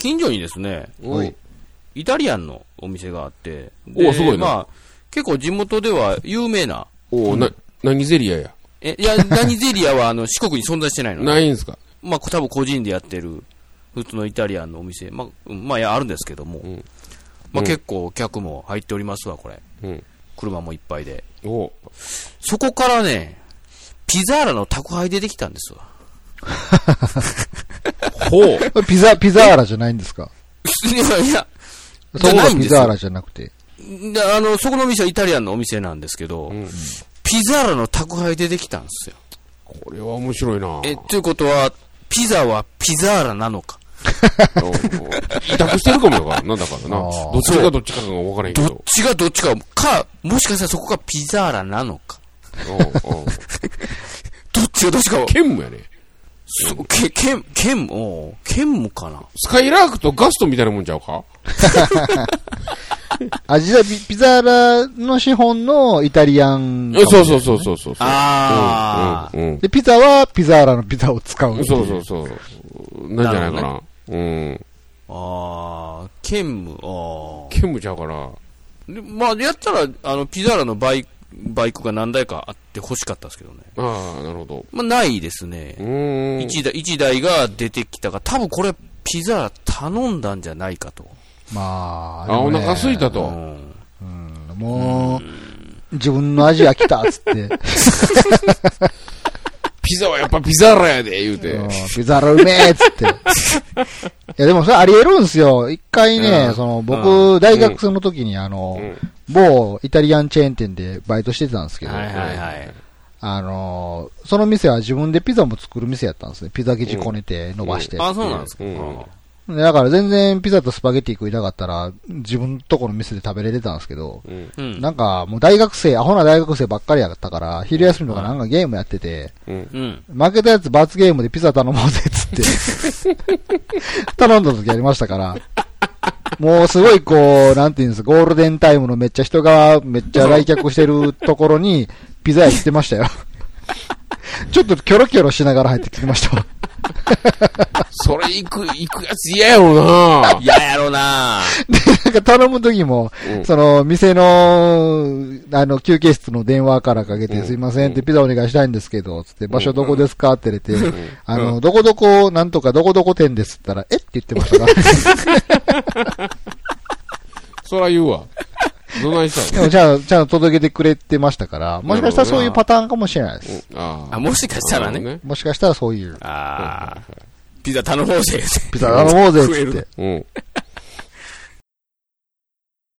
近所にですね、 はい。 イタリアンのお店があって、 お、すごいな。 まあ、結構地元では有名な。 お、何ゼリアや。 いや、何ゼリアは四国に存在してないの。 ないんすか。 まあ、多分個人でやってる、普通のイタリアンのお店。まあ、いや、あるんですけども。まあ、結構客も入っておりますわ、これ。車もいっぱいで。そこからね、ピザーラの宅配出てきたんですわ。 ほう。 ピザーラじゃないんですか？ いや、 そこはピザーラじゃなくて。 そこの店はイタリアンのお店なんですけど、ピザーラの宅配出てきたんですよ。 これは面白いな。 ということは、ピザはピザーラなのか。 委託してるかもよからなんだからな。どっちがどっちかが分からへんけど。 どっちがどっちか、もしかしたらそこがピザーラなのか。どっちがどっちか。 ケンムやね。 ケンムかな。 スカイラークとガストみたいなもんちゃうか。 実はピザーラの資本のイタリアン、 ね。そう。 で、ピザはピザーラのピザを使う。 そう。なんじゃないかな。 ケンムちゃうかな。 で、まあ、やったら、ピザーラのバイクが何台かあって欲しかったんですけどね。 なるほど。 まあ、ないですね。一台が出てきたが、多分これ、ピザーラ頼んだんじゃないかと。 まあ、 お腹空いたと。 もう、自分の味飽きたっつって。 ピザはやっぱピザーラやで、言うて。 ピザーラうめえっつって。いや、でもそれあり得るんすよ。一回ね、僕、大学生の時に某イタリアンチェーン店でバイトしてたんですけど、その店は自分でピザも作る店やったんですね。ピザ生地こねて伸ばして。 そうなんですか。 だから全然ピザとスパゲッティ食いたかったら、自分とこの店で食べれてたんですけど、なんかもうアホな大学生ばっかりやったから、昼休みとかなんかゲームやってて、負けたやつ罰ゲームでピザ頼もうぜっつって、頼んだ時ありましたから、もうすごいなんていうんです、ゴールデンタイムのめっちゃ人がめっちゃ来客してるところに、ピザ屋行ってましたよ。ちょっとキョロキョロしながら入ってきましたわ。 それ行くやつ嫌やろうな。 嫌やろうな。 で、なんか頼む時も、店の、休憩室の電話からかけて、すいませんってピザお願いしたいんですけど、つって、場所どこですかって言って、どこどこ、なんとかどこどこ店ですって言ったら、って言ってましたから。 そら言うわ。どないしたの？でもちゃんと届けてくれてましたから、もしかしたらそういうパターンかもしれないです。 もしかしたらね。 もしかしたらそういう。 ピザ頼もうぜ。 ピザ頼もうぜって。